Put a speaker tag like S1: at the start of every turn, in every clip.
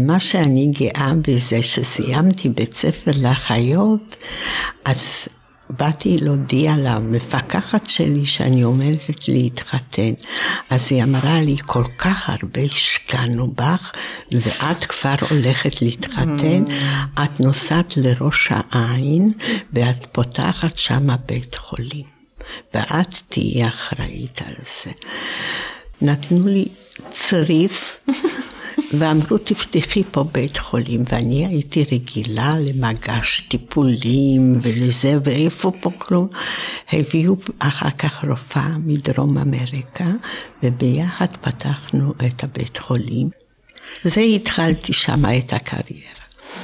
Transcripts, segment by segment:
S1: ומה שאני גאה בזה שסיימתי בית ספר לאחיות, אז באתי להודיע למפקחת שלי שאני עומדת להתחתן. אז היא אמרה לי, כל כך הרבה השקענו בך, ואת כבר הולכת להתחתן, את נוסעת לראש העין, ואת פותחת שם בית חולים, ואת תהיי אחראית על זה. נתנו לי צריף, ואמרו תפתחי פה בית חולים, ואני הייתי רגילה למגש טיפולים ולזה, ואיפה פה כלום. הביאו אחר כך רופאה מדרום אמריקה, וביחד פתחנו את הבית חולים. זה התחלתי שם את הקריירה.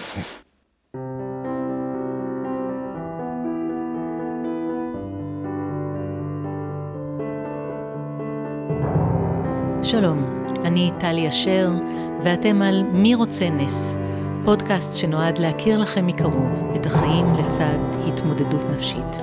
S2: שלום, אני טלי אשר, ואתם על מי רוצה נס, פודקאסט שנועד להכיר לכם מקרוב את החיים לצד התמודדות נפשית.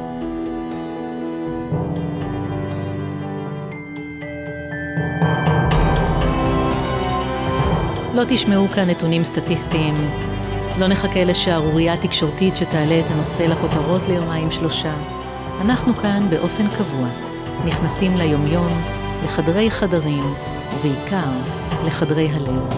S2: לא תשמעו כאן נתונים סטטיסטיים, לא נחכה לשערורייה תקשורתית שתעלה את הנושא לכותרות ליומיים שלושה. אנחנו כאן באופן קבוע, נכנסים ליומיום, לחדרי חדרים, ובעיקר לחדרי הלב.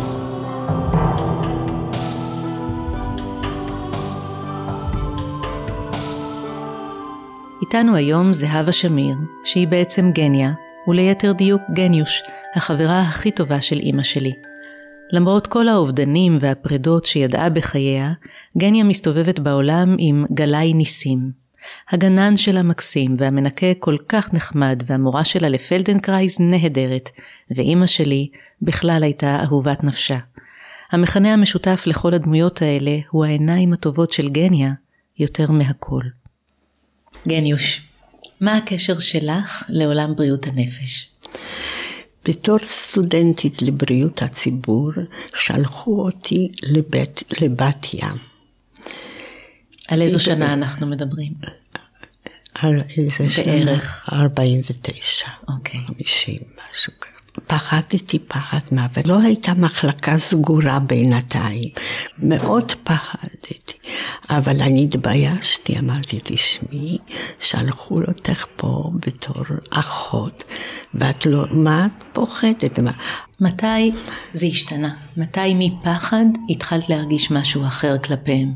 S2: איתנו היום זהבה שמיר, שהיא בעצם גניה, וליתר דיוק גניוש, החברה הכי טובה של אמא שלי. למרות כל האובדנים והפרדות שידעה בחייה, גניה מסתובבת בעולם עם גלי ניסים. הגנן שלה מקסים והמנקה כל כך נחמד, והמורה שלה לפלדנקרייז נהדרת, ואמא שלי בכלל הייתה אהובת נפשה. המכנה המשותף לכל הדמויות האלה הוא העיניים הטובות של גניה יותר מהכל. גניוש, מה הקשר שלך לעולם בריאות הנפש?
S1: בתור סטודנטית לבריאות הציבור שלחו אותי לבת ים.
S2: על איזו שנה אנחנו מדברים?
S1: על איזה שנה?
S2: בערך.
S1: 49.
S2: אוקיי.
S1: 50, משהו כזה. פחדתי פחד מוות. לא הייתה מחלקה סגורה בינתיים. מאוד פחדתי. אבל אני התביישתי, אמרתי, תשמעי, שלחו אותך פה בתור אחות, ואת לא, מה את פוחדת?
S2: מתי זה השתנה? מתי מפחד התחלת להרגיש משהו אחר כלפיהם?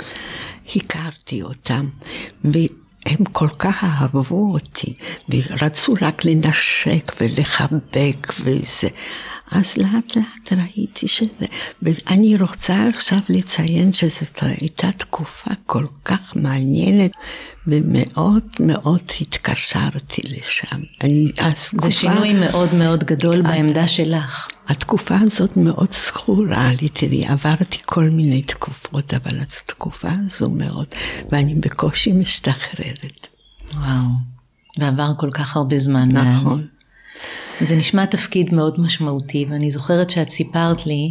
S2: הכרתי
S1: אותם, והם כל כך אהבו אותי, ורצו רק לנשק ולחבק וזה. אז לאט לאט ראיתי שזה, ואני רוצה עכשיו לציין שזאת הייתה תקופה כל כך מעניינת, ומאוד מאוד התקשרתי לשם.
S2: זה שינוי מאוד מאוד גדול בעמדה שלך.
S1: התקופה הזאת מאוד זכורה לי, תראי, עברתי כל מיני תקופות, אבל התקופה הזו מאוד, ואני בקושי משתחררת.
S2: וואו, ועבר כל כך הרבה זמן.
S1: נכון.
S2: זה נשמע תפקיד מאוד משמעותי, ואני זוכרת שאת סיפרת לי,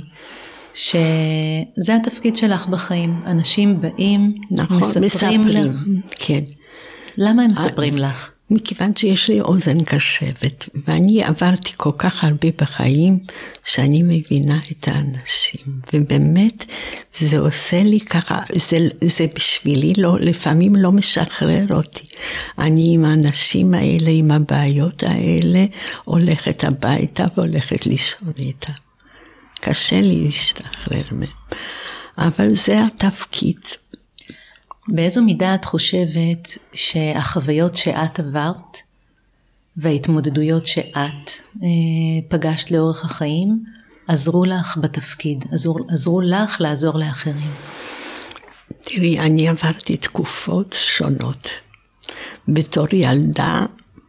S2: שזה התפקיד שלך בחיים. אנשים באים,
S1: נכון,
S2: מספרים לך.
S1: כן.
S2: למה הם מספרים לך?
S1: מכיוון שיש לי אוזן קשבת, ואני עברתי כל כך הרבה בחיים, שאני מבינה את האנשים, ובאמת זה עושה לי ככה, זה בשבילי לא, לפעמים לא משחרר אותי. אני עם האנשים האלה, עם הבעיות האלה, הולכת הביתה והולכת לישון איתה. קשה לי להשתחרר מהם, אבל זה התפקיד.
S2: באיזו מידה את חושבת שהחוויות שאת עברת וההתמודדויות שאת פגשת לאורך החיים עזרו לך בתפקיד, עזרו לך לעזור לאחרים?
S1: תראי, אני עברתי תקופות שונות. בתור ילדה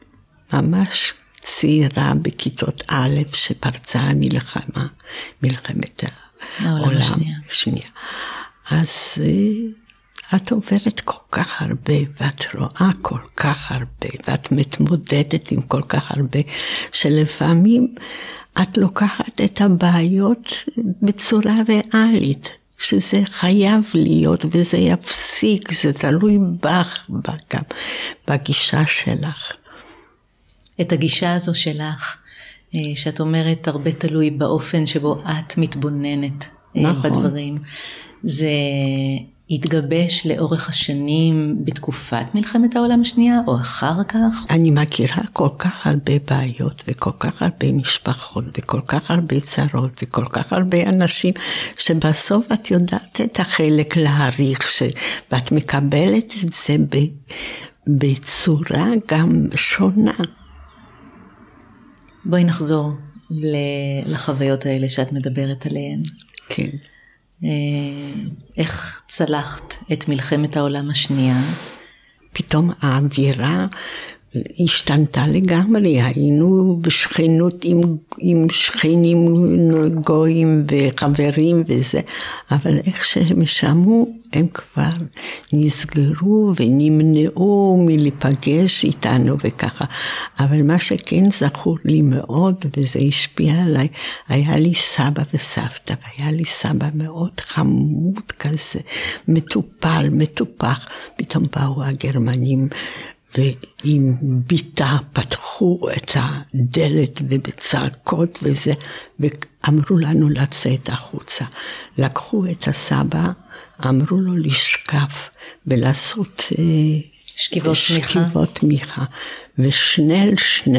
S1: ממש צעירה בכיתות א' שפרצה המלחמה, מלחמת העולם השנייה. אז את עוברת כל כך הרבה, ואת רואה כל כך הרבה, ואת מתמודדת עם כל כך הרבה, שלפעמים את לוקחת את הבעיות בצורה ריאלית, שזה חייב להיות, וזה יפסיק, זה תלוי בך, גם בגישה שלך.
S2: את הגישה הזו שלך, שאת אומרת הרבה תלוי באופן שבו את מתבוננת בדברים. זה התגבש לאורך השנים בתקופת מלחמת העולם השנייה, או אחר כך?
S1: אני מכירה כל כך הרבה בעיות, וכל כך הרבה משפחות, וכל כך הרבה צרות, וכל כך הרבה אנשים, שבסוף את יודעת את החלק להעריך, ואת מקבלת את זה בצורה גם שונה.
S2: בואי נחזור לחוויות האלה שאת מדברת עליהן.
S1: כן.
S2: איך צלחת את מלחמת העולם השנייה?
S1: פתאום האווירה השתנתה לגמרי, היינו בשכנות עם שכנים גויים וחברים וזה, אבל איך שהם שמעו, הם כבר נסגרו ונמנעו מלהיפגש איתנו וככה. אבל מה שכן זכור לי מאוד, וזה השפיע עליי, היה לי סבא וסבתא, והיה לי סבא מאוד חמוד כזה, מטופל, מטופח. פתאום באו הגרמנים, ועם ביטה פתחו את הדלת ובצעקות וזה, ואמרו לנו לצאת החוצה. לקחו את הסבא, אמרו לו לשקף ולעשות שכיבות תמיכה. ושנל,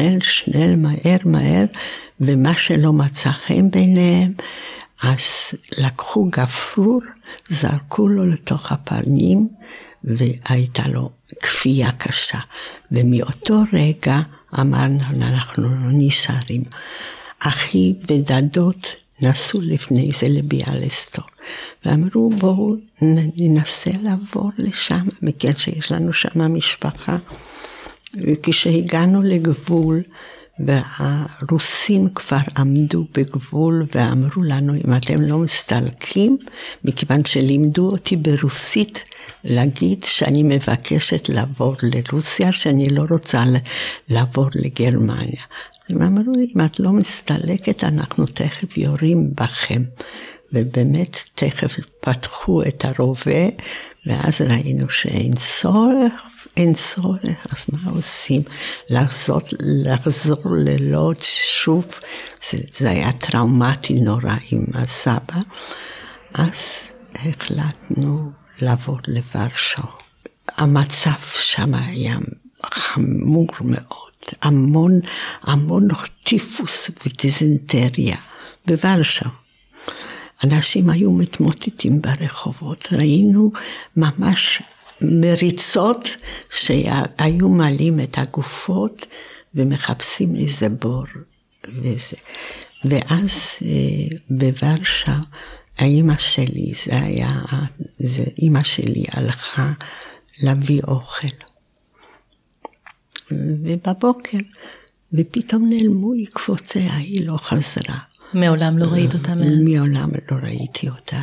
S1: מהר, ומה שלא מצא חן ביניהם, אז לקחו גפרור, זרקו לו לתוך הפנים, והייתה לו כפייה קשה. ומאותו רגע אמרנו, אנחנו לא נשארים. אחי ודדות נסעו לפני זה לביאליסטוק, ואמרו בואו ננסה לעבור לשם, מכן שיש לנו שם משפחה. כשהגענו לגבול, והרוסים כבר עמדו בגבול ואמרו לנו, אם אתם לא מסתלקים, מכיוון שלימדו אותי ברוסית להגיד שאני מבקשת לעבור לרוסיה, שאני לא רוצה לעבור לגרמניה. הם אמרו לי, אם את לא מסתלקת, אנחנו תכף יורים בכם. ובאמת תכף פתחו את הרובה, ואז ראינו שאין צורך, אז מה עושים? לחזור ללוד שוב, זה היה טראומטי נורא עם הסבא, אז החלטנו לעבור לוורשו. המצב שם היה חמור מאוד, המון טיפוס ודיזנטריה בוורשו. אנשים היו מתמוטטים ברחובות, ראינו ממש מריצות שהיו מעלים את הגופות ומחפשים איזה בור וזה. ואז בוורשה, האמא שלי, אמא שלי הלכה להביא אוכל. ובבוקר, ופתאום נעלמו עקבותיה, היא לא חזרה.
S2: מעולם לא ראית אותה מאז?
S1: מעולם לא ראיתי אותה,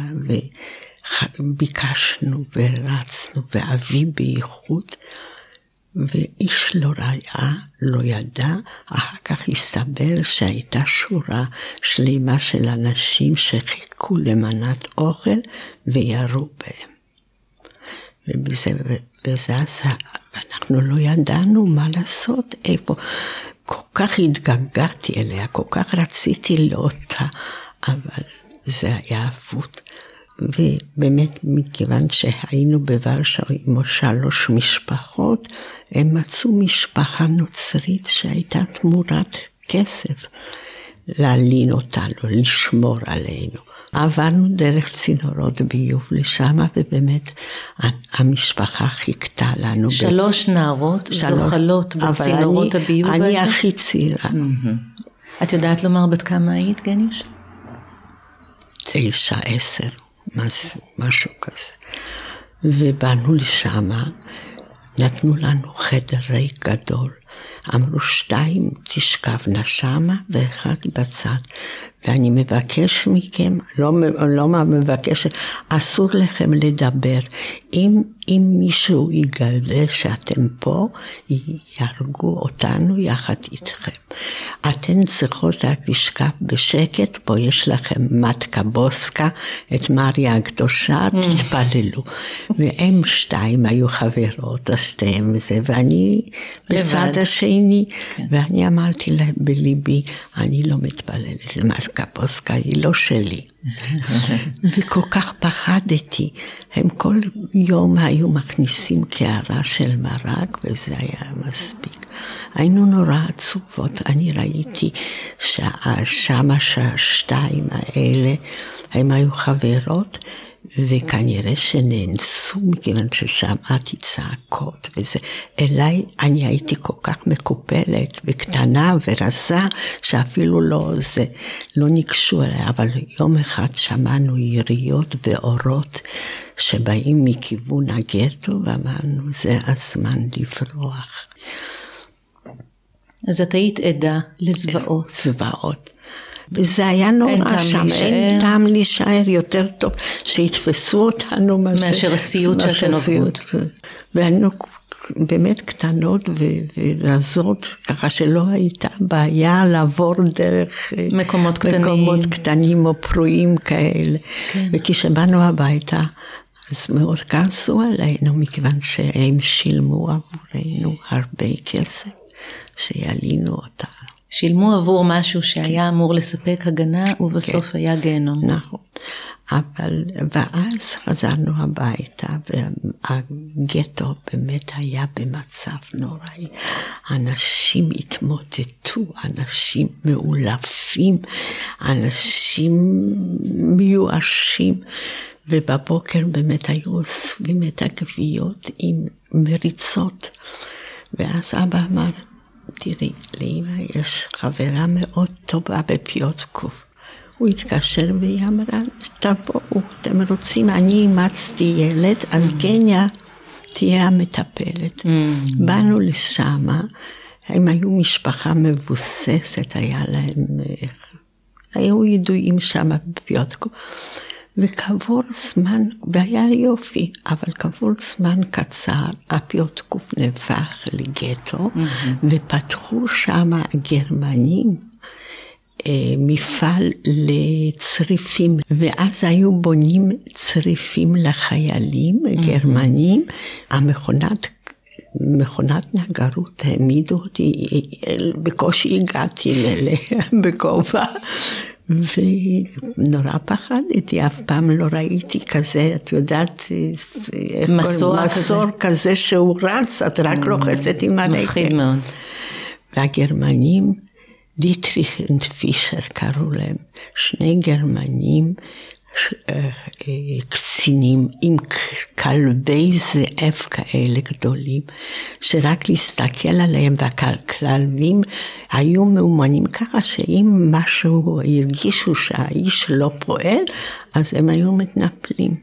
S1: וביקשנו ורצנו, ואבי בייחוד, ואיש לא ראה, לא ידע, אחר כך הסתבר שהייתה שורה שלמה של אנשים שחיכו למנת אוכל, וירו בהם. וזה עשה, ואנחנו לא ידענו מה לעשות, איפה. כל כך התגעגעתי אליה, כל כך רציתי לאותה, אבל זה היה אבוד. ובאמת, מכיוון שהיינו בוורשה עם 3 משפחות, הם מצאו משפחה נוצרית שהייתה תמורת כסף, להלין אותנו, לשמור עלינו. עברנו דרך צינורות ביוב לשם, ובאמת המשפחה חיכתה לנו.
S2: 3 נערות זוחלות בצינורות הביוב.
S1: אני הכי צעירה.
S2: את יודעת לומר בת כמה היית, גניוש?
S1: 9, 10, משהו כזה. ובאנו לשם, נתנו לנו חדר ריק גדול. אמרו 2 תשכבנה שמה ואחד בצד. ואני מבקש מכם, לא מבקש, אסור לכם לדבר. אם מישהו יגלה שאתם פה, יהרגו אותנו יחד איתכם. אתן צריכות רק לשכב בשקט, פה יש לכם מתקה בוסקה, את מריה הקדושה, תתפללו. והם 2 היו חברות, 2 וזה, ואני בצד השני, ואני אמרתי לה בליבי, אני לא מתפללת למלכה פוסקה, היא לא שלי. וכל כך פחדתי, הם כל יום היו מכניסים קערה של מרק, וזה היה מספיק. היינו נורא עצובות, אני ראיתי שמה שהשתיים האלה, הם היו חברות, וכנראה שנאנסו, מכיוון ששמעתי צעקות וזה. אליי אני הייתי כל כך מקופלת וקטנה ורזה, שאפילו לא ניגשו אליי, אבל יום אחד שמענו יריות ואורות שבאים מכיוון הגטו, ואמרנו, זה הזמן לברוח.
S2: אז את היית עדה לזוועות.
S1: זוועות. וזה היה נורא שם, אין טעם להישאר, יותר טוב שיתפסו אותנו
S2: מאשר הסיוט שאתן עוברות.
S1: והיינו באמת קטנות ורזות, ככה שלא הייתה בעיה לעבור דרך
S2: מקומות
S1: קטנים או פרועים כאלה. כן. וכשבאנו הביתה, אז מאוד כעסו עלינו, מכיוון שהם שילמו עבורנו הרבה כסף, שילינו אותה.
S2: שילמו עבור משהו שהיה אמור לספק הגנה, ובסוף היה גיהנום.
S1: נכון. ואז חזרנו הביתה, והגטו באמת היה במצב נוראי. אנשים התמוטטו, אנשים מאולפים, אנשים מיואשים, ובבוקר באמת היו אוספים את הגוויות עם מריצות. ואז אבא אמר, תראי, לאמא יש חברה מאוד טובה בפיוטקוב. הוא התקשר והיא אמרה, תבואו, אתם רוצים, אני אימצתי ילד, אז גניה תהיה המטפלת. באנו לשם, הם היו משפחה מבוססת, היו ידועים שם בפיוטקוב. וכעבור זמן, והיה יופי, אבל כעבור זמן קצר, הפיוטקוב נהפך לגטו, ופתחו שם הגרמנים מפעל לצריפים, ואז היו בונים צריפים לחיילים גרמנים, מכונת נגרות העמידו אותי, בקושי הגעתי בגובה, ונורא פחדתי, אף פעם לא ראיתי כזה, את יודעת, מסור כזה שהוא רץ, את רק לוחצת עם הרגל.
S2: מפחיד מאוד.
S1: והגרמנים, דיטריך ופישר קראו להם, שני גרמנים, קצינים עם כלבי זאב כאלה גדולים, שרק להסתכל עליהם, והכלבים היו מאומנים ככה, שאם משהו הרגישו שהאיש לא פועל, אז הם היו מתנפלים.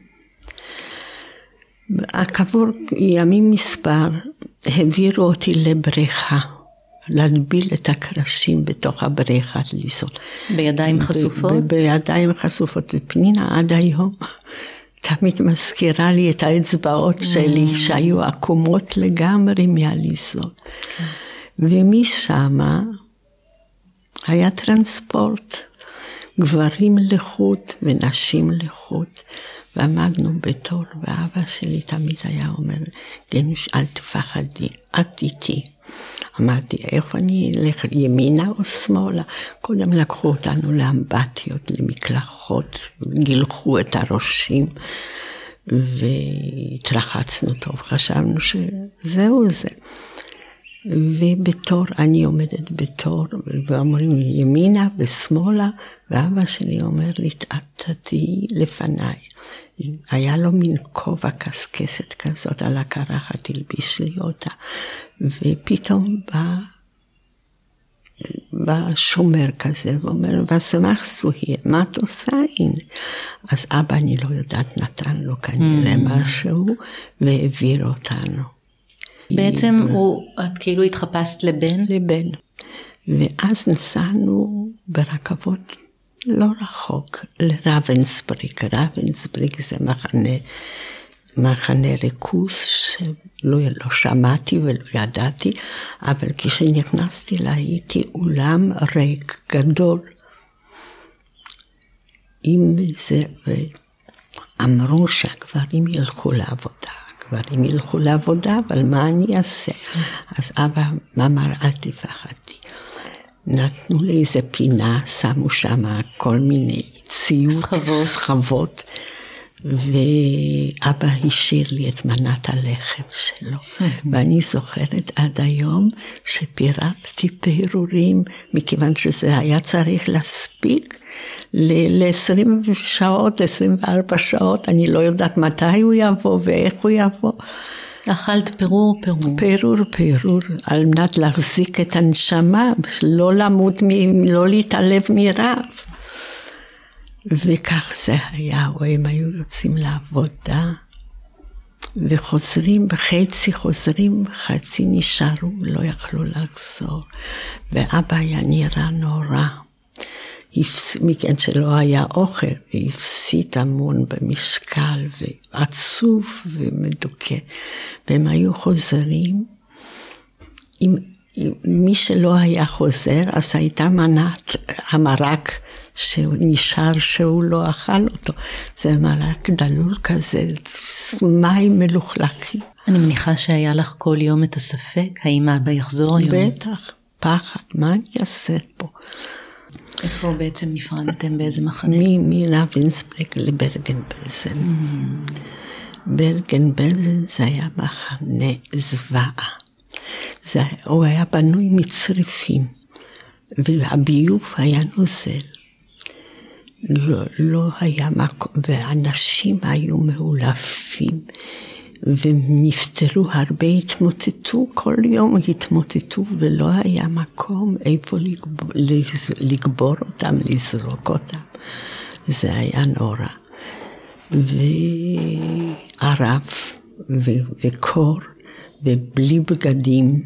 S1: כעבור ימים מספר, העבירו אותי לבריכה, להדביל את הקרשים בתוך הבריכה ליסות.
S2: בידיים חשופות?
S1: בידיים חשופות. ופנינה עד היום תמיד מזכירה לי את האצבעות שלי שהיו עקומות לגמרי מהליסות. ומשם היה טרנספורט. גברים לחוד ונשים לחוד. ועמדנו בתור, ואבא שלי תמיד היה אומר, גנוש, אל תפחדי, את איתי. אמרתי, איך אני אלך ימינה או שמאלה? קודם לקחו אותנו לאמבטיות, למקלחות, גילחו את הראשים, והתרחצנו טוב, חשבנו שזהו זה. ובתור, אני עומדת בתור, ואומרים ימינה ושמאלה, ואבא שלי אומר לי, תהיי לפניי. היה לו מין כובע קסקסת כזאת על הקרחת, תלביש לי אותה, ופתאום בא שומר כזה, ואומר, ושמח סוהי, מה את עושה? הנה. אז אבא, אני לא יודעת, נתן לו כנראה משהו, והעביר אותנו.
S2: בעצם את כאילו התחפשת לבן?
S1: לבן. ואז נסענו ברכבות לא רחוק, לרבנסבריג. רבנסבריג זה מחנה ריכוז שלא שמעתי ולא ידעתי, אבל כשנכנסתי לה הייתי אולם ריק גדול. עם זה, ואמרו שהגברים ילכו לעבודה. הגברים ילכו לעבודה, אבל מה אני אעשה? אז אבא אמר, אל תפחדי. נתנו לי איזה פינה, שמו שם כל מיני ציוד, סחבות, ואבא השאיר לי את מנת הלחם שלו. ואני זוכרת עד היום שפירקתי פירורים, מכיוון שזה היה צריך להספיק ל-20 שעות, 24 שעות, אני לא יודעת מתי הוא יבוא ואיך הוא יבוא.
S2: אכלת פירור.
S1: פירור, על מנת להחזיק את הנשמה, לא למות, לא להתעלב מרעב. וכך זה היה, הם היו יוצאים לעבודה, וחוזרים, חצי נשארו, לא יכלו לחזור. ואבא היה נראה נורא, מכן שלא היה אוכל, והפסיד המון במשקל, ועצוב ומדוכא. והם היו חוזרים, מי שלא היה חוזר, אז הייתה מנת המרק שנשאר שהוא לא אכל אותו. זה מרק דלול כזה, מים מלוכלכים.
S2: אני מניחה שהיה לך כל יום את הספק, האם אבא יחזור היום?
S1: בטח, פחד, מה אני אעשה פה?
S2: איפה בעצם נפרדתם, באיזה מחנה?
S1: מרבנסברג לברגן-בלזן. ברגן-בלזן זה היה מחנה זוועה. הוא היה בנוי מצריפים, והביוב היה נוזל. לא היה מקום, ואנשים היו מאולפים, ונפטרו הרבה, התמוטטו, כל יום התמוטטו, ולא היה מקום איפה לגבור אותם, לזרוק אותם. זה היה נורא. וערב, וקור, ובלי בגדים,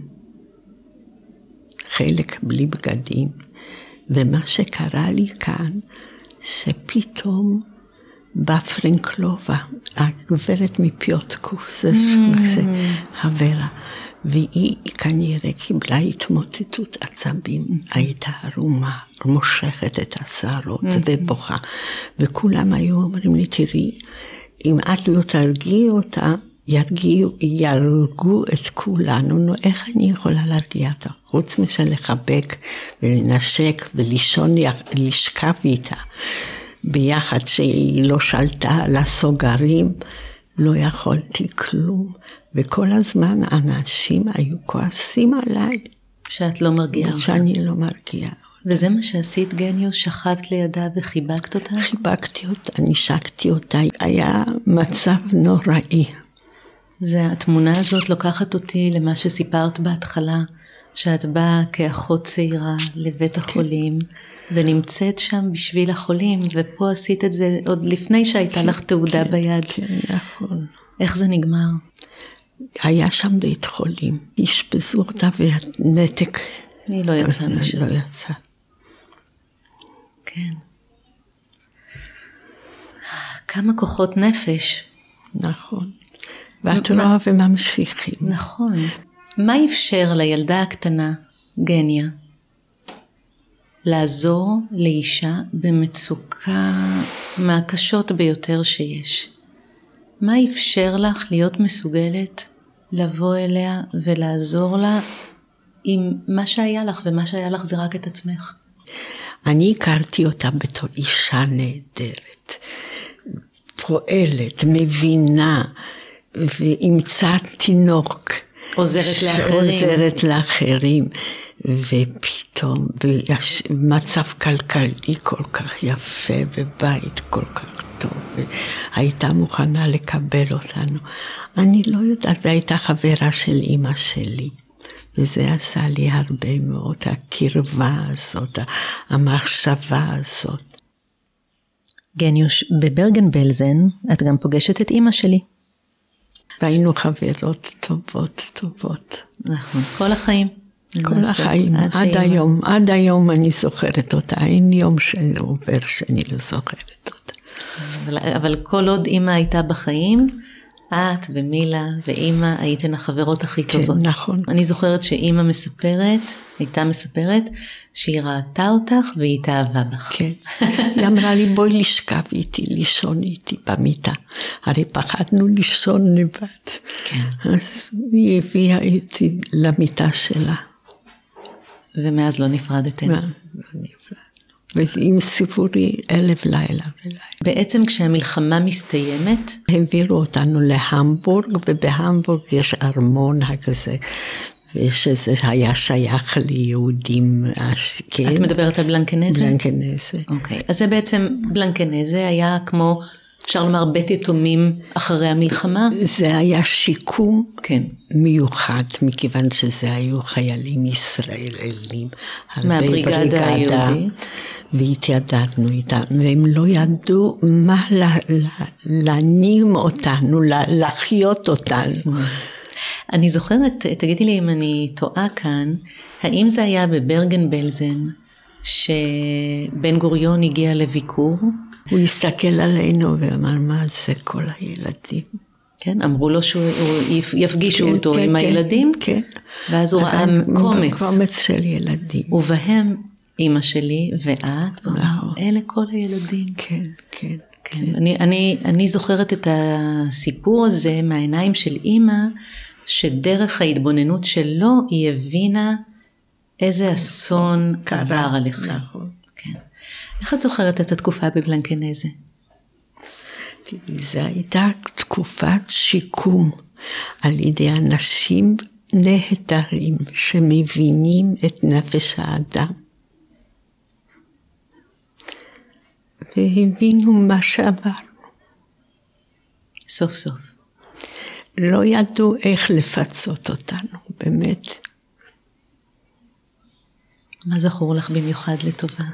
S1: חלק בלי בגדים, ומה שקרה לי כאן, שפתאום בא פרנקלובה, הגברת מפיוטקוס, זה חברה, והיא כנראה קיבלה התמוטטות עצבים, הייתה ערומה, מושכת את השערות ובוכה, וכולם היו אומרים לי, תראי, אם את לא תרגיעי אותה, ירגו את כולנו, נו, איך אני יכולה להרגיע אותה? חוץ משל לחבק ולנשק ולישון, לשכב איתה ביחד, שהיא לא שלטה על הסוגרים, לא יכולתי כלום. וכל הזמן אנשים היו כועסים עליי.
S2: שאת לא מרגיעה אותה.
S1: שאני לא מרגיעה.
S2: וזה מה שעשית, גניוש? שכבת לידה וחיבקת אותה?
S1: חיבקתי אותה, נשקתי אותה. היה מצב נוראי.
S2: התמונה הזאת לוקחת אותי למה שסיפרת בהתחלה, שאת באה כאחות צעירה לבית החולים, ונמצאת שם בשביל החולים, ופה עשית את זה עוד לפני שהייתה לך תעודה ביד.
S1: כן, נכון.
S2: איך זה נגמר?
S1: היה שם בית חולים, השפזו אותה ונתק.
S2: היא לא יצאה משם.
S1: לא יצאה.
S2: כן. כמה כוחות נפש.
S1: נכון. ואת רואה וממשיכים.
S2: נכון. מה אפשר לילדה הקטנה, גניה, לעזור לאישה במצוקה מהקשות ביותר שיש? מה אפשר לך להיות מסוגלת לבוא אליה ולעזור לה עם מה שהיה לך, ומה שהיה לך זה רק את עצמך?
S1: אני הכרתי אותה בתור אישה נהדרת, פועלת, מבינה, ואימצה תינוק. עוזרת לאחרים. ופתאום, מצב כלכלי כל כך יפה, ובית כל כך טוב, והייתה מוכנה לקבל אותנו. אני לא יודעת, והייתה חברה של אמא שלי, וזה עשה לי הרבה מאוד, הקרבה הזאת, המחשבה הזאת.
S2: גניוש, בברגן-בלזן את גם פוגשת את אמא שלי.
S1: והיינו חברות טובות.
S2: נכון, כל החיים.
S1: כל החיים, עד היום אני זוכרת אותה, אין יום שעובר שאני לא זוכרת אותה.
S2: אבל כל עוד אמא הייתה בחיים, את ומילה ואימא הייתן החברות הכי טובות.
S1: כן, נכון.
S2: אני זוכרת שאימא הייתה מספרת שהיא ראתה אותך והיא התאהבה בך.
S1: כן. היא אמרה לי, בואי לשכב איתי, לישון איתי במיטה. הרי פחדנו לישון לבד.
S2: כן.
S1: אז היא הביאה איתי למיטה שלה.
S2: ומאז לא נפרדתם.
S1: לא נפרד. ועם סיפורי 1000 לילה ולילה.
S2: בעצם כשהמלחמה מסתיימת,
S1: העבירו אותנו להמבורג, ובהמבורג יש ארמון כזה, ושזה היה שייך ליהודים.
S2: את מדברת על בלנקנזה?
S1: בלנקנזה.
S2: אוקיי, אז זה בעצם, בלנקנזה היה כמו, אפשר לומר, בית יתומים אחרי המלחמה?
S1: זה היה שיקום
S2: כן.
S1: מיוחד, מכיוון שזה היו חיילים ישראלים.
S2: מהבריגדה היהודית.
S1: והתיידדנו איתם, והם לא ידעו מה להנים אותנו, לחיות אותנו.
S2: אני זוכרת, תגידי לי אם אני טועה כאן, האם זה היה בברגן בלזן, שבן גוריון הגיע לביקור?
S1: הוא הסתכל עלינו ואמר, מה זה כל הילדים?
S2: כן, אמרו לו שהוא יפגישו אותו עם הילדים,
S1: כן.
S2: ואז הוא ראה
S1: קומץ של ילדים.
S2: ובהם אמא שלי ואת, אלה כל הילדים.
S1: כן, כן.
S2: כן. אני זוכרת את הסיפור הזה מהעיניים של אמא, שדרך ההתבוננות שלו היא הבינה איזה אסון עבר עליכם.
S1: נכון.
S2: כן. איך את זוכרת את התקופה בבלנקנזה?
S1: זו הייתה תקופת שיקום על ידי אנשים נהדרים שמבינים את נפש האדם. והבינו מה שעברנו.
S2: סוף סוף.
S1: לא ידעו איך לפצות אותנו, באמת.
S2: מה זכור לך במיוחד לטובה?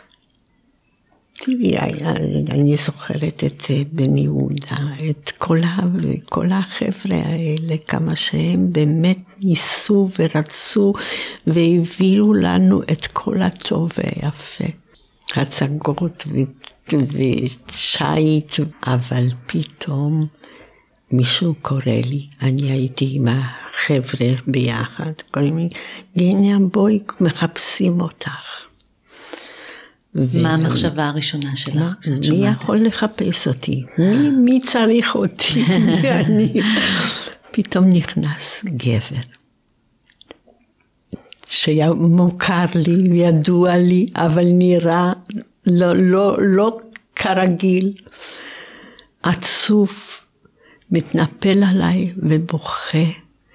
S1: תראי, אני זוכרת את בן יהודה, את כל החבר'ה האלה, כמה שהם באמת ניסו ורצו, והביאו לנו את כל הטוב והיפה. הצגות ושייט, אבל פתאום מישהו קורא לי, אני הייתי עם החבר'ה ביחד, קוראים לי, גניה, בואי, מחפשים אותך.
S2: מה המחשבה הראשונה שלך?
S1: מי יכול לחפש אותי? מי צריך אותי? פתאום נכנס גבר. שמוכר לי, ידוע לי, אבל נראה לא כרגיל, עצוב, מתנפל עליי ובוכה,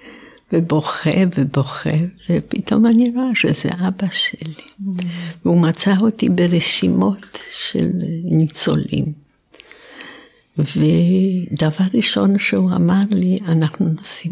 S1: ופתאום אני רואה שזה אבא שלי. והוא מצא אותי ברשימות של ניצולים. ודבר ראשון שהוא אמר לי, אנחנו נוסעים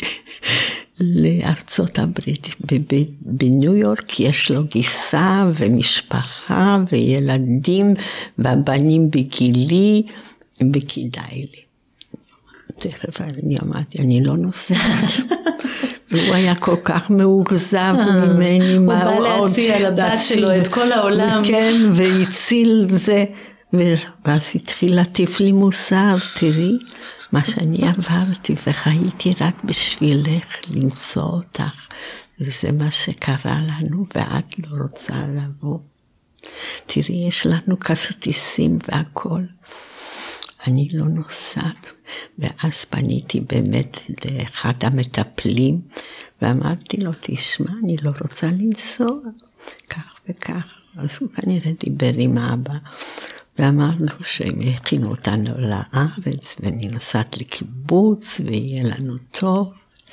S1: לארצות הברית. בניו יורק יש לו גיסה ומשפחה וילדים, והבנים בגילי, וכדאי לי. תכף אני אמרתי, אני לא נוסעת. והוא היה כל כך מאוכזב ממני.
S2: הוא בא להציע לבת שלו את כל העולם.
S1: כן, והציל זה. ואז התחיל להטיף לי מוסר, תראי, מה שאני עברתי וחייתי רק בשבילך למצוא אותך. וזה מה שקרה לנו, ואת לא רוצה לבוא. תראי, יש לנו כרטיסים והכל. אני לא נוסעת. ואז פניתי באמת לאחד המטפלים, ואמרתי לו, תשמע, אני לא רוצה לנסוע, כך וכך. אז הוא כנראה דיבר עם אבא, ואמר לו שהם הכינו אותנו לארץ, ואני נוסעת לקיבוץ, ויהיה לנו טוב.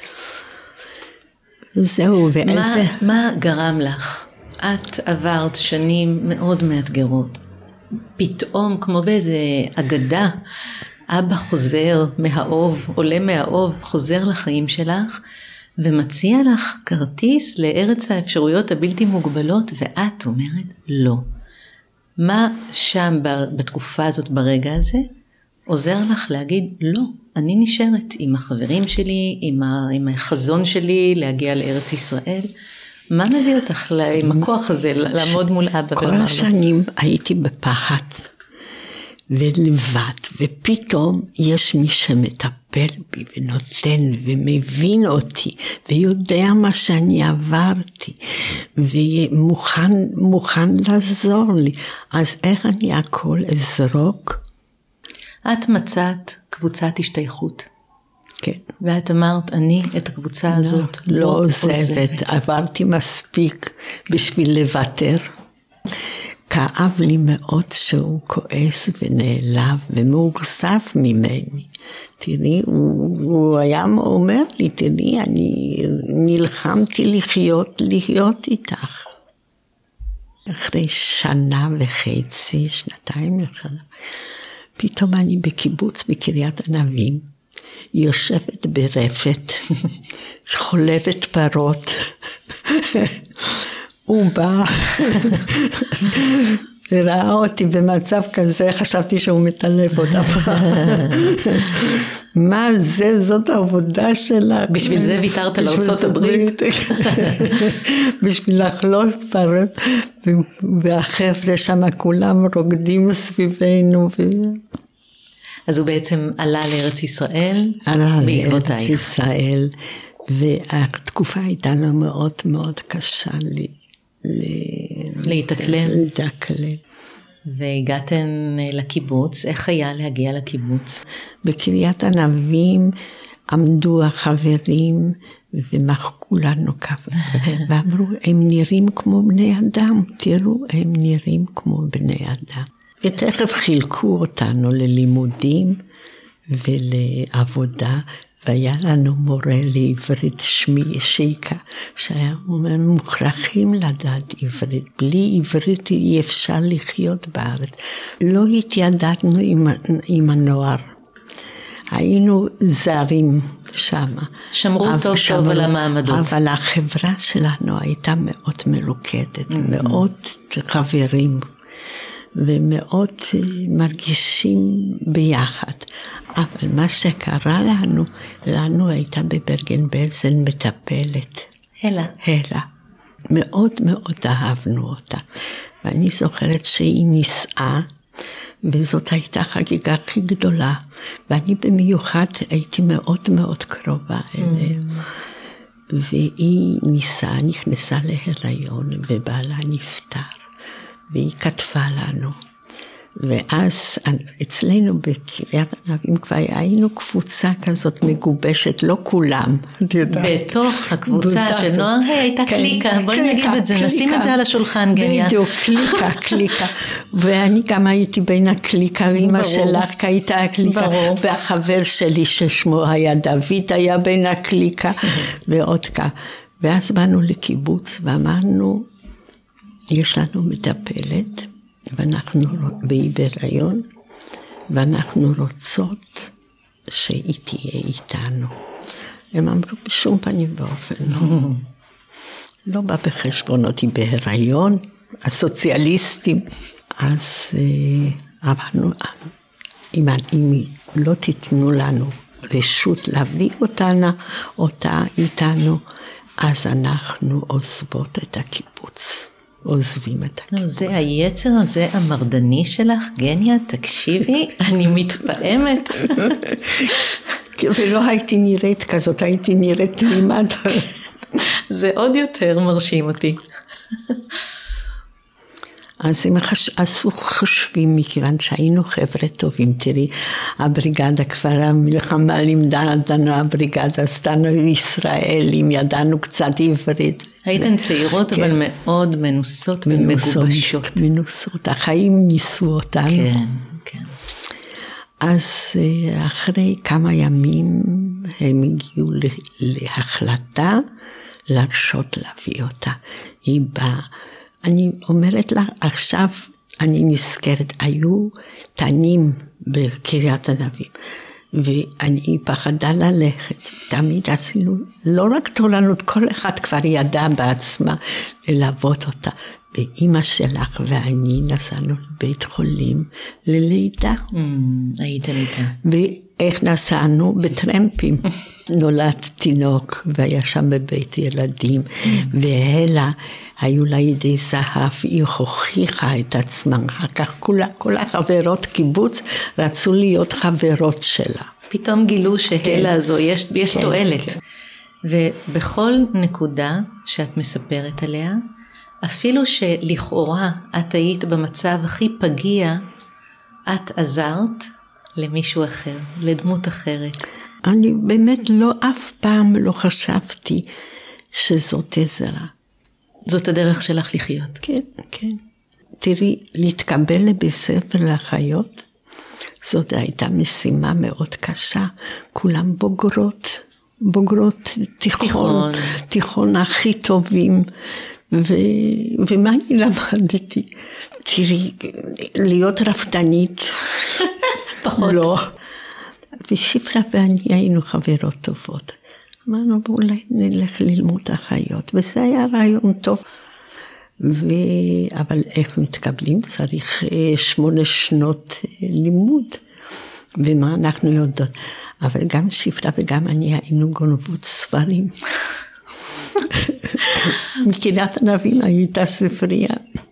S1: זהו, ואיזה...
S2: מה גרם לך? את עברת שנים מאוד מאתגרות. פתאום, כמו באיזה אגדה, אבא חוזר מהאוב, עולה מהאוב, חוזר לחיים שלך, ומציע לך כרטיס לארץ האפשרויות הבלתי מוגבלות, ואת אומרת לא. מה שם בתקופה הזאת, ברגע הזה, עוזר לך להגיד לא, אני נשארת עם החברים שלי, עם החזון שלי להגיע לארץ ישראל. מה מביא אותך עם הכוח הזה לעמוד מול אבא ולומר לו?
S1: כל השנים הייתי בפחד ולבד, ופתאום יש מי שמטפל מטפל בי ונותן ומבין אותי ויודע מה שאני עברתי ומוכן לעזור לי, אז איך אני הכל אזרוק?
S2: את מצאת קבוצת השתייכות.
S1: כן.
S2: ואת אמרת, אני את הקבוצה הזאת
S1: לא עוזבת. עברתי מספיק בשביל לוותר. כאב לי מאוד שהוא כועס ונעלב ומאוכזב ממני. תראי, הוא היה אומר לי, תראי, אני נלחמתי לחיות איתך. אחרי שנה וחצי, שנתיים לחלב, פתאום אני בקיבוץ בקריית ענבים, יושבת ברפת, חולבת פרות, הוא בא, ראה אותי במצב כזה, חשבתי שהוא מטלף אותה. מה זה, זאת העבודה שלה.
S2: בשביל זה ויתרת לארצות הברית.
S1: בשביל לחלוט פרות, והחבר'ה שם כולם רוקדים סביבנו.
S2: אז הוא בעצם עלה לארץ ישראל?
S1: עלה לארץ ישראל, והתקופה הייתה לו מאוד מאוד קשה
S2: להתאקלם.
S1: להתאקלם.
S2: והגעתם לקיבוץ, איך היה להגיע לקיבוץ?
S1: בקריית ענבים עמדו החברים ומחקו לנו ככה, ואמרו, הם נראים כמו בני אדם, תראו, הם נראים כמו בני אדם. ותכף חילקו אותנו ללימודים ולעבודה, והיה לנו מורה לעברית שמי שיקה, שהיה אומר, מוכרחים לדעת עברית, בלי עברית אי אפשר לחיות בארץ. לא התיידדנו עם הנוער, היינו זרים שם.
S2: שמרו טוב טוב על המעמדות.
S1: אבל החברה שלנו הייתה מאוד מלוכדת, מאוד חברים, ומאוד מרגישים ביחד. אבל מה שקרה לנו הייתה בברגן בלזן מטפלת.
S2: הלה.
S1: מאוד מאוד אהבנו אותה. ואני זוכרת שהיא נישאה, וזאת הייתה חגיגה הכי גדולה. ואני במיוחד הייתי מאוד מאוד קרובה אליה. והיא נישאה, נכנסה להיריון, ובעלה נפטר. והיא כתבה לנו. ואז אצלנו בקריית ענבים כבר היינו קבוצה כזאת מגובשת, לא כולם.
S2: בתוך הקבוצה של נוער, הייתה קליקה, בואי נגיד את זה, נשים את זה על השולחן, גניה.
S1: בדיוק, קליקה. ואני גם הייתי בין הקליקה, אמא שלך הייתה הקליקה, והחבר שלי ששמו היה דוד, היה בין הקליקה, ועוד כך. ואז באנו לקיבוץ ואמרנו, יש לנו מטפלת, והיא בהיריון, ואנחנו רוצות שהיא תהיה איתנו. הם אמרו בשום פנים ואופן, לא בא בחשבון אותי בהיריון, הסוציאליסטים. אז אמרנו, אם לא תיתנו לנו רשות להביא אותה איתנו, אז אנחנו עוזבות את הקיבוץ. עוזבים את הקיבוץ.
S2: זה היצר הזה המרדני שלך, גניה, תקשיבי, אני מתפעמת.
S1: ולא הייתי נראית כזאת, הייתי נראית תמימת.
S2: זה עוד יותר מרשים אותי.
S1: אז הם עשו חושבים, מכיוון שהיינו חבר'ה טובים, תראי, הבריגדה כבר המלחמה לימדה אותנו, הבריגדה עשתנו ישראלים, ידענו קצת עברית.
S2: הייתן צעירות, אבל מאוד מנוסות ומגובשות.
S1: מנוסות, החיים ניסו אותנו.
S2: כן.
S1: אז אחרי כמה ימים הם הגיעו להחלטה להרשות להביא אותה. היא באה. אני אומרת לה, עכשיו אני נזכרת, היו תנים בקריית ענבים, ואני פחדה ללכת, תמיד עשינו, לא רק תורנות, כל אחד כבר ידע בעצמה ללוות אותה, ואמא שלך ואני נסענו לבית חולים ללידה.
S2: הייתם איתה.
S1: ואיך נסענו? בטרמפים. נולד תינוק, והיה שם בבית ילדים, והלה, היו לה ידי זהב, היא הוכיחה את עצמה, אחר כך כל החברות קיבוץ רצו להיות חברות שלה.
S2: פתאום גילו שהלה הזו, יש תועלת. ובכל נקודה שאת מספרת עליה, אפילו שלכאורה את היית במצב הכי פגיע, את עזרת למישהו אחר, לדמות אחרת.
S1: אני באמת אף פעם לא חשבתי שזאת עזרה.
S2: זאת הדרך שלך לחיות.
S1: כן, כן. תראי, להתקבל לבית ספר לאחיות, זאת הייתה משימה מאוד קשה. כולם בוגרות תיכון הכי טובים. ומה אני למדתי? תראי, להיות רפתנית,
S2: פחות.
S1: לא. ושפרה ואני היינו חברות טובות. אמרנו, אולי נלך ללמוד אחיות, וזה היה רעיון טוב. אבל איך מתקבלים? צריך 8 שנות לימוד. ומה אנחנו יודעות? אבל גם שפרה וגם אני היינו גונבות ספרים. מקריית ענבים הייתה ספרייה.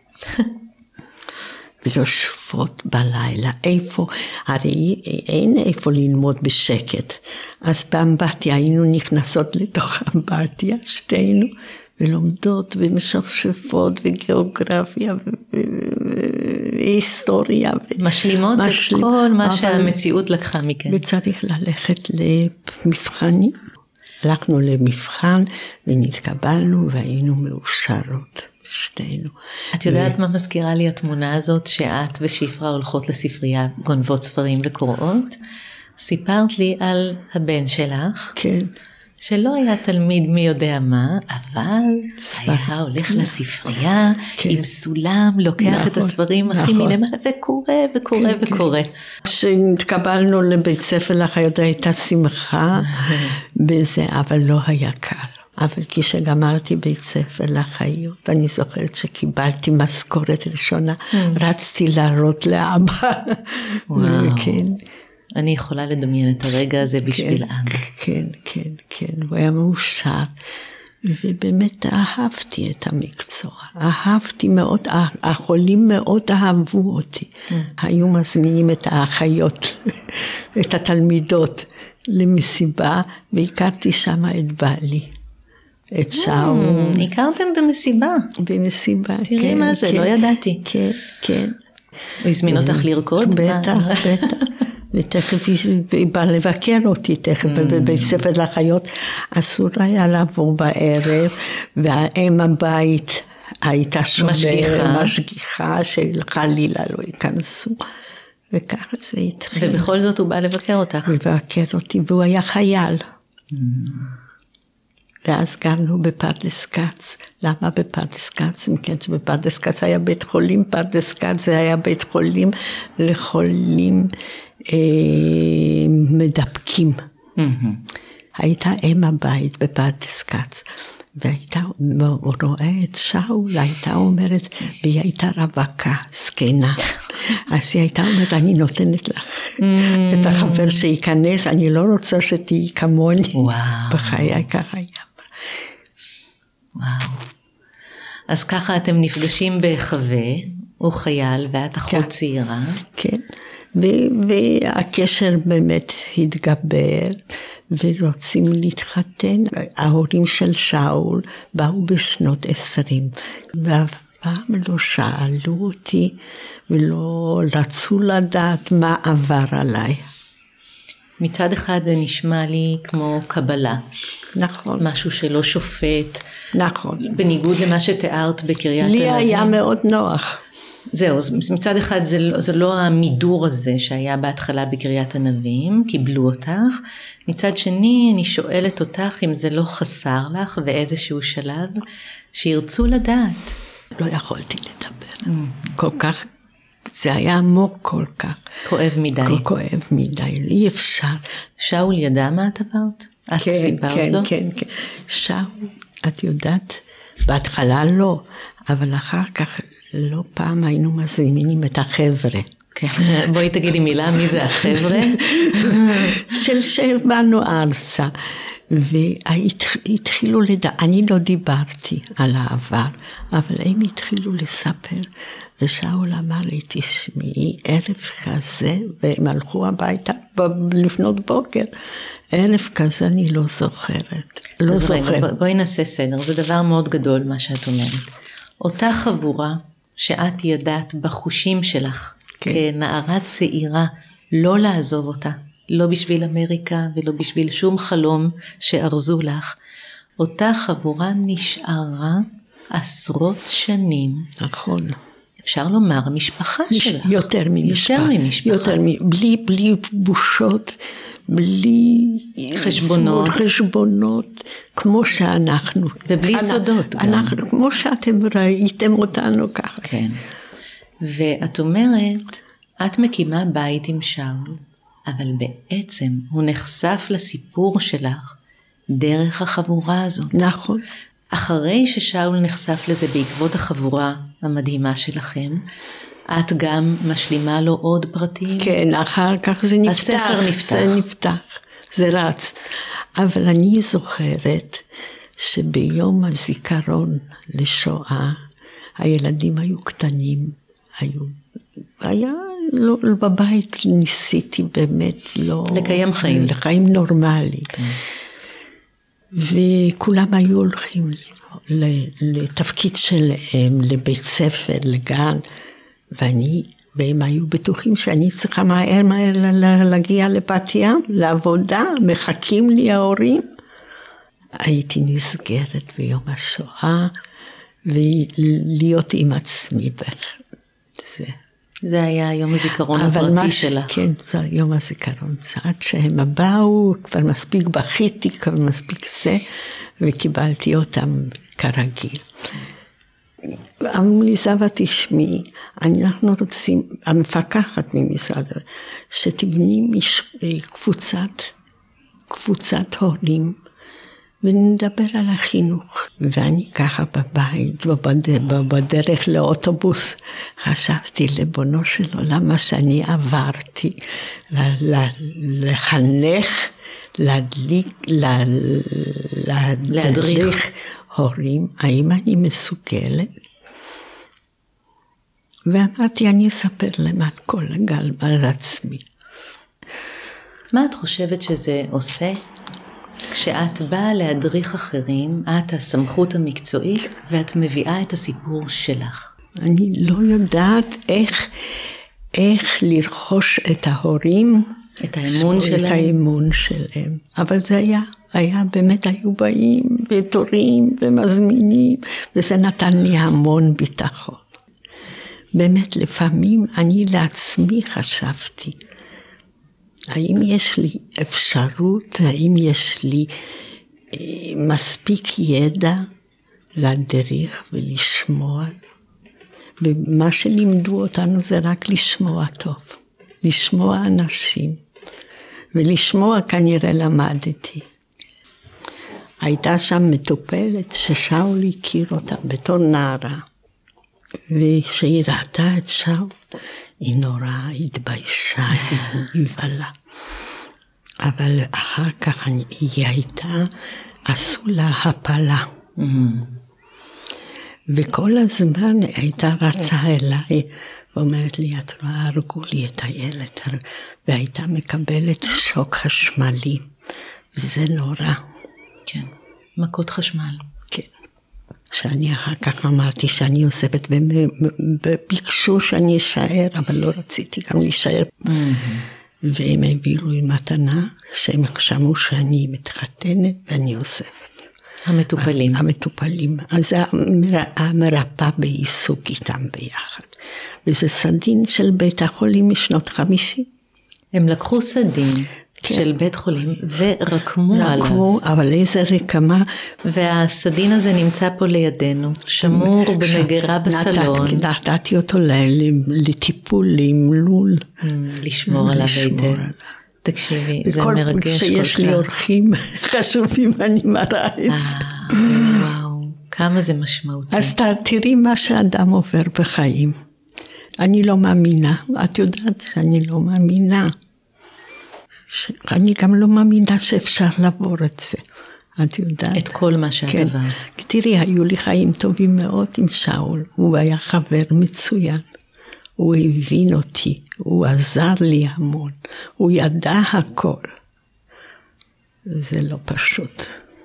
S1: ויושבות בלילה, איפה, הרי אין איפה ללמוד בשקט. אז באמבטיה היינו נכנסות לתוך האמבטיה, שתינו, ולומדות ומשפשפות וגיאוגרפיה והיסטוריה.
S2: משלימות את כל מה שהמציאות לקחה מכן.
S1: וצריך ללכת למבחנים. הלכנו למבחן ונתקבלנו והיינו מאושרות שתינו.
S2: את יודעת מה מזכירה לי התמונה הזאת שאת ושפרה הולכות לספרייה גונבות ספרים וקוראות? סיפרת לי על הבן שלך.
S1: כן.
S2: שלא היה תלמיד מי יודע מה, אבל היה הולך לספרייה עם סולם, לוקח את הספרים הכי מלמעלה וקורא.
S1: כשנתקבלנו לבית ספר לאחיות הייתה שמחה בזה, אבל לא היה קל. אבל כשגמרתי בית ספר לאחיות, אני זוכרת שקיבלתי משכורת ראשונה, רצתי להראות לאבא.
S2: וואו. אני יכולה לדמיין את הרגע הזה בשביל אבא.
S1: כן, הוא היה מאושר, ובאמת אהבתי את המקצוע, אהבתי מאוד, החולים מאוד אהבו אותי, היו מזמינים את האחיות, את התלמידות למסיבה, והכרתי שם את בעלי, את שאול.
S2: הכרתם במסיבה?
S1: במסיבה, כן.
S2: תראי מה זה, לא ידעתי.
S1: כן.
S2: הוא הזמין אותך לרקוד?
S1: בטח. ותכף היא באה לבקר אותי תכף בבית ספר לאחיות, אסור היה לעבור בערב, והאם הבית הייתה משגיחה שחלילה לא ייכנסו, וככה זה התחיל.
S2: ובכל זאת הוא בא לבקר אותך.
S1: לבקר אותי, והוא היה חייל. ואז גרנו בפרדס כץ. למה בפרדס כץ? מכן שבפרדס כץ היה בית חולים, פרדס כץ זה היה בית חולים לחולים מדבקים. הייתה אם הבית בפרדס כץ, והייתה רואה את שאול, הייתה אומרת, והיא הייתה רווקה, סקנה. אז היא הייתה אומרת, אני נותנת לך את החבר שייכנס, אני לא רוצה שתהי כמוני. בחיי ככה היה.
S2: וואו. אז ככה אתם נפגשים בחווה, הוא חייל ואת אחות צעירה.
S1: כן, והקשר באמת התגבר, ורוצים להתחתן. ההורים של שאול באו בשנות 20, ואף פעם לא שאלו אותי, ולא רצו לדעת מה עבר עליי.
S2: מצד אחד זה נשמע לי כמו קבלה.
S1: נכון.
S2: משהו שלא שופט.
S1: נכון.
S2: בניגוד למה שתיארת בקריית ענבים.
S1: לי היה מאוד נוח.
S2: זהו, מצד אחד זה לא המידור הזה שהיה בהתחלה בקריית ענבים, קיבלו אותך. מצד שני אני שואלת אותך אם זה לא חסר לך באיזשהו שלב שירצו לדעת.
S1: לא יכולתי לדבר. כל כך, זה היה עמוק כל כך.
S2: כואב מדי.
S1: כואב מדי, אי אפשר.
S2: שאול ידע מה את עברת? את סיפרת לו?
S1: כן. שאול, את יודעת, בהתחלה לא, אבל אחר כך לא פעם היינו מזמינים את החבר'ה.
S2: כן, בואי תגידי מילה, מי זה החבר'ה?
S1: שבאנו ארצה, והתחילו אני לא דיברתי על העבר, אבל הם התחילו לספר, ושאול אמר לי, תשמעי, ערב כזה, והם הלכו הביתה, לפנות בוקר. ערב כזה אני לא זוכרת. לא זוכרת.
S2: בואי נעשה סדר, זה דבר מאוד גדול מה שאת אומרת. אותה חבורה שאת ידעת בחושים שלך, כן. כנערה צעירה, לא לעזוב אותה, לא בשביל אמריקה ולא בשביל שום חלום שארזו לך, אותה חבורה נשארה עשרות שנים.
S1: נכון.
S2: אפשר לומר, המשפחה שלך.
S1: יותר ממשפחה. בלי בושות, בלי חשבונות, כמו שאנחנו.
S2: ובלי סודות גם.
S1: אנחנו, כמו שאתם ראיתם אותנו ככה.
S2: כן. ואת אומרת, את מקימה בית עם שאול, אבל בעצם הוא נחשף לסיפור שלך דרך החבורה הזאת.
S1: נכון.
S2: אחרי ששאול נחשף לזה בעקבות החבורה המדהימה שלכם, את גם משלימה לו עוד פרטים?
S1: כן, אחר כך זה נפתח.
S2: הספר נפתח.
S1: זה נפתח, זה רץ. אבל אני זוכרת שביום הזיכרון לשואה, הילדים היו קטנים, היה לא, בבית ניסיתי באמת לא...
S2: לקיים חיים.
S1: לחיים נורמלי. וכולם היו הולכים לתפקיד שלהם, לבית ספר, לגן, והם היו בטוחים שאני צריכה מהר להגיע לבת ים, לעבודה, מחכים לי ההורים. הייתי נסגרת ביום השואה, ולהיות עם עצמי.
S2: זה היה יום הזיכרון הפרטי שלך.
S1: כן, זה יום הזיכרון. עד שהם באו, כבר מספיק בכיתי, כבר מספיק זה, וקיבלתי אותם כרגיל. אמרו לי, זהבה תשמעי, אנחנו רוצים, המפקחת ממשרד, שתבני קבוצת הורים, ונדבר על החינוך. ואני ככה בבית, בדרך לאוטובוס, חשבתי לבונו של עולם מה שאני עברתי, לחנך, להדריך הורים, האם אני מסוגלת? ואמרתי, אני אספר להם על כל הגל, על עצמי.
S2: מה את חושבת שזה עושה? כשאת באה להדריך אחרים, את הסמכות המקצועית, ואת מביאה את הסיפור שלך.
S1: אני לא יודעת איך לרכוש את ההורים,
S2: את האמון שלהם.
S1: את האמון שלהם. אבל זה היה באמת, היו באים ותורים ומזמינים, וזה נתן לי המון ביטחון. באמת, לפעמים אני לעצמי חשבתי, האם יש לי אפשרות, האם יש לי מספיק ידע להדריך ולשמוע? ומה שלימדו אותנו זה רק לשמוע טוב, לשמוע אנשים, ולשמוע כנראה למדתי. הייתה שם מטופלת ששאול הכיר אותה בתור נערה, וכשהיא ראתה את שאול, היא נורא התביישה, היא נבהלה. אבל אחר כך היא הייתה, עשו לה הפלה. וכל הזמן הייתה רצה אליי, ואומרת לי, את רואה, הרגו לי את הילד. והייתה מקבלת שוק חשמלי, וזה נורא.
S2: כן, מכות חשמל. כן.
S1: שאני אחר כך אמרתי שאני עוזבת, וביקשו שאני אשאר, אבל לא רציתי גם להישאר. והם הביאו לי מתנה, שהם שמעו שאני מתחתנת ואני עוזבת.
S2: המטופלים.
S1: המטופלים. אז המרפאה בעיסוק איתם ביחד. וזה סדין של בית החולים משנות 50.
S2: הם לקחו סדין. כן. של בית חולים, ורקמו עליו.
S1: אבל איזה רקמה.
S2: והסדין הזה נמצא פה לידינו, שמור במגירה בסלון.
S1: נתתי אותו לטיפול, למלול.
S2: לשמור עליו היטב. תקשיבי, זה מרגש כל כך.
S1: שיש לי אורחים חשובים, אני מראה את זה.
S2: וואו, כמה זה משמעותי.
S1: אז תראי מה שאדם עובר בחיים. אני לא מאמינה, את יודעת שאני לא מאמינה. אני גם לא מאמינה שאפשר לעבור את זה, את יודעת.
S2: את כל מה שאת עברת.
S1: תראי, היו לי חיים טובים מאוד עם שאול, הוא היה חבר מצוין, הוא הבין אותי, הוא עזר לי המון, הוא ידע הכל. זה לא פשוט.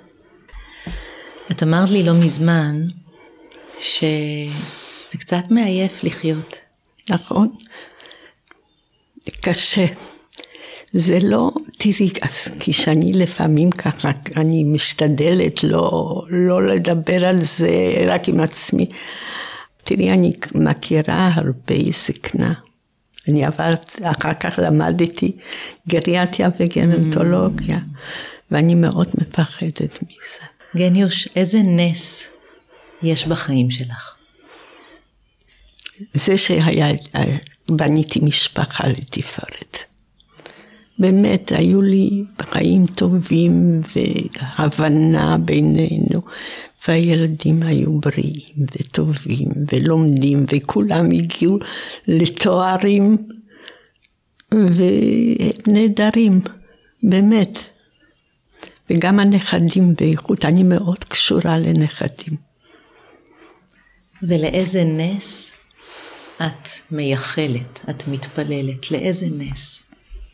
S2: את אמרת לי לא מזמן שזה קצת מעייף לחיות.
S1: נכון. קשה. זה לא, תראי, כי שאני לפעמים ככה, אני משתדלת לא לדבר על זה רק עם עצמי. תראי, אני מכירה הרבה זקנה. אני עברת, אחר כך למדתי גריאטריה וגנטולוגיה, ואני מאוד מפחדת מזה.
S2: גניוש, איזה נס יש בחיים שלך?
S1: זה בניתי משפחה לתפארת. באמת, היו לי חיים טובים והבנה בינינו, והילדים היו בריאים וטובים ולומדים, וכולם הגיעו לתוארים ונהדרים, באמת. וגם הנכדים באיכות, אני מאוד קשורה לנכדים.
S2: ולאיזה נס את מייחלת, את מתפללת? לאיזה נס?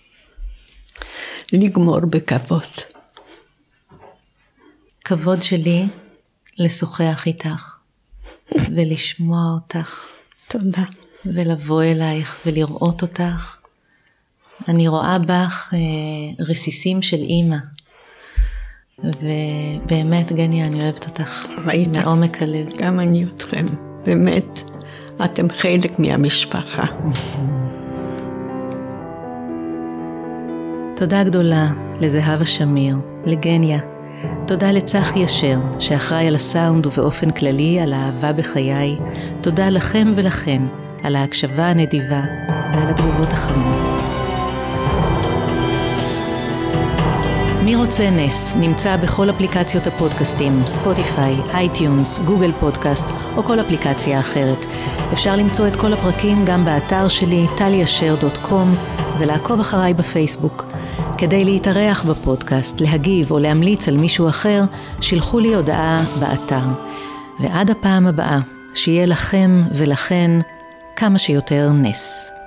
S1: לגמור בכבוד.
S2: כבוד שלי לשוחח איתך ולשמוע אותך.
S1: תודה.
S2: ולבוא אלייך ולראות אותך. אני רואה בך רסיסים של אימא. ובאמת גניה, אני אוהבת אותך מעומק הלב.
S1: גם אני אתכם, באמת. אתם חלק מהמשפחה.
S2: תודה גדולה לזהבה שמיר, לגניה. תודה לצחי אשר, שאחראי על הסאונד ובאופן כללי על האהבה בחיי. תודה לכם ולכן על ההקשבה הנדיבה ועל התגובות החמות. מי רוצה נס נמצא בכל אפליקציות הפודקאסטים, ספוטיפיי, אייטיונס, גוגל פודקאסט או כל אפליקציה אחרת. אפשר למצוא את כל הפרקים גם באתר שלי taliasher.com ולעקוב אחריי בפייסבוק. כדי להתארח בפודקאסט, להגיב או להמליץ על מישהו אחר, שילחו לי הודעה באתר. ועד הפעם הבאה, שיהיה לכם ולכן כמה שיותר נס.